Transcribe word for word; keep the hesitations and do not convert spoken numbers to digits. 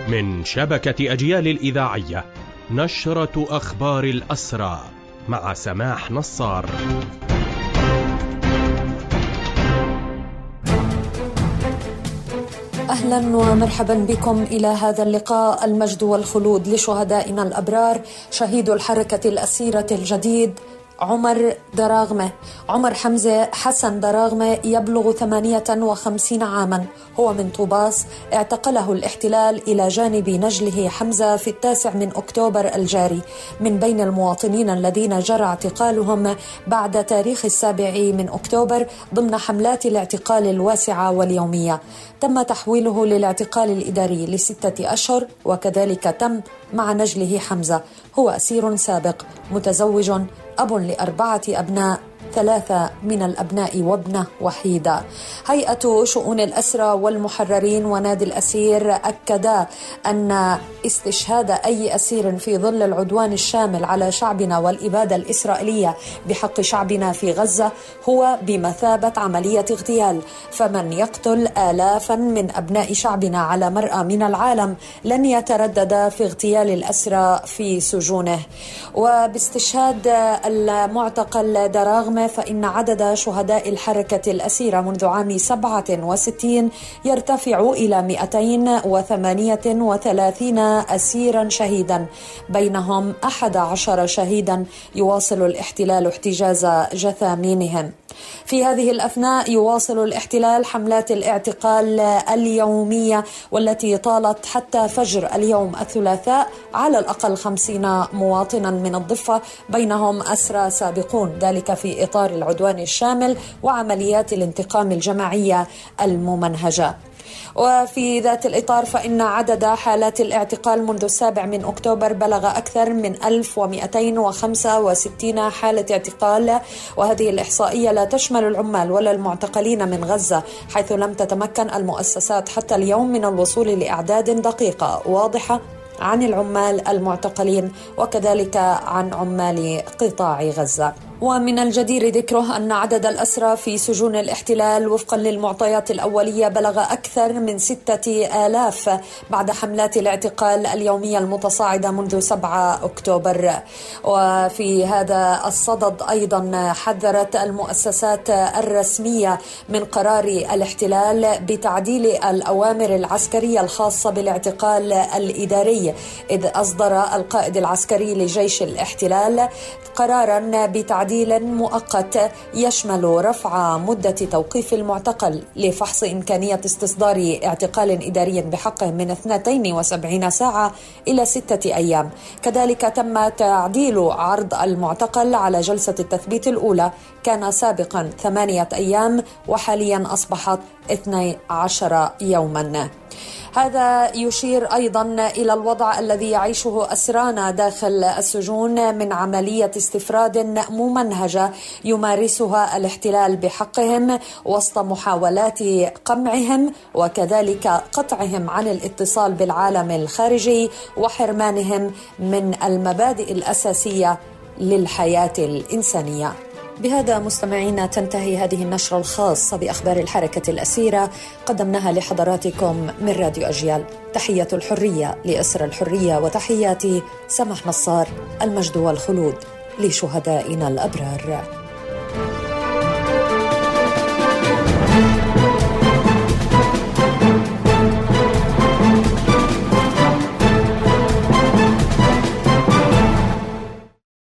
من شبكة أجيال الإذاعية، نشرة أخبار الأسرى مع سماح نصار. أهلا ومرحبا بكم إلى هذا اللقاء المجد والخلود لشهدائنا الأبرار، شهيد الحركة الأسيرة الجديد عمر دراغمة. عمر حمزة حسن دراغمة يبلغ ثمانية وخمسين عاما، هو من طوباس، اعتقله الاحتلال إلى جانب نجله حمزة في التاسع من أكتوبر الجاري، من بين المواطنين الذين جرى اعتقالهم بعد تاريخ السابع من أكتوبر ضمن حملات الاعتقال الواسعة واليومية. تم تحويله للاعتقال الإداري لستة أشهر، وكذلك تم مع نجله حمزة. هو أسير سابق متزوج، أب لأربعة أبناء، ثلاثة من الأبناء وابنة وحيدة. هيئة شؤون الأسرى والمحررين ونادي الأسير أكدا أن استشهاد أي أسير في ظل العدوان الشامل على شعبنا والإبادة الإسرائيلية بحق شعبنا في غزة هو بمثابة عملية اغتيال، فمن يقتل آلافا من أبناء شعبنا على مرأى من العالم لن يتردد في اغتيال الأسرى في سجونه. وباستشهاد المعتقل دراغمة فإن عدد شهداء الحركة الأسيرة منذ عام سبعة وستين يرتفع إلى مئتين وثمانية وثلاثين أسيرا شهيدا، بينهم أحد عشر شهيدا يواصل الاحتلال احتجاز جثامينهم. في هذه الأثناء يواصل الاحتلال حملات الاعتقال اليومية، والتي طالت حتى فجر اليوم الثلاثاء على الأقل خمسين مواطنا من الضفة، بينهم أسرى سابقون، ذلك في إطار العدوان الشامل وعمليات الانتقام الجماعية الممنهجة. وفي ذات الإطار فإن عدد حالات الاعتقال منذ السابع من أكتوبر بلغ أكثر من ألف ومئتين وخمسة وستين حالة اعتقال، وهذه الإحصائية لا تشمل العمال ولا المعتقلين من غزة، حيث لم تتمكن المؤسسات حتى اليوم من الوصول لأعداد دقيقة واضحة عن العمال المعتقلين وكذلك عن عمال قطاع غزة. ومن الجدير ذكره أن عدد الأسرى في سجون الاحتلال وفقا للمعطيات الأولية بلغ أكثر من ستة آلاف بعد حملات الاعتقال اليومية المتصاعدة منذ سبعة أكتوبر. وفي هذا الصدد أيضا حذرت المؤسسات الرسمية من قرار الاحتلال بتعديل الأوامر العسكرية الخاصة بالاعتقال الإداري، إذ أصدر القائد العسكري لجيش الاحتلال قرارا بتعديل تعديل مؤقت يشمل رفع مدة توقيف المعتقل لفحص إمكانية استصدار اعتقال إداري بحقه من اثنتين وسبعين ساعة إلى ستة أيام. كذلك تم تعديل عرض المعتقل على جلسة التثبيت الأولى، كان سابقا ثمانية أيام وحاليا أصبحت اثني عشر يوما. هذا يشير أيضا إلى الوضع الذي يعيشه أسرانا داخل السجون من عملية استفراد ممنهجة يمارسها الاحتلال بحقهم وسط محاولات قمعهم وكذلك قطعهم عن الاتصال بالعالم الخارجي وحرمانهم من المبادئ الأساسية للحياة الإنسانية. بهذا مستمعينا تنتهي هذه النشرة الخاصة بأخبار الحركة الأسيرة، قدمناها لحضراتكم من راديو أجيال. تحية الحرية لأسر الحرية، وتحياتي سماح نصار. المجد والخلود لشهدائنا الأبرار.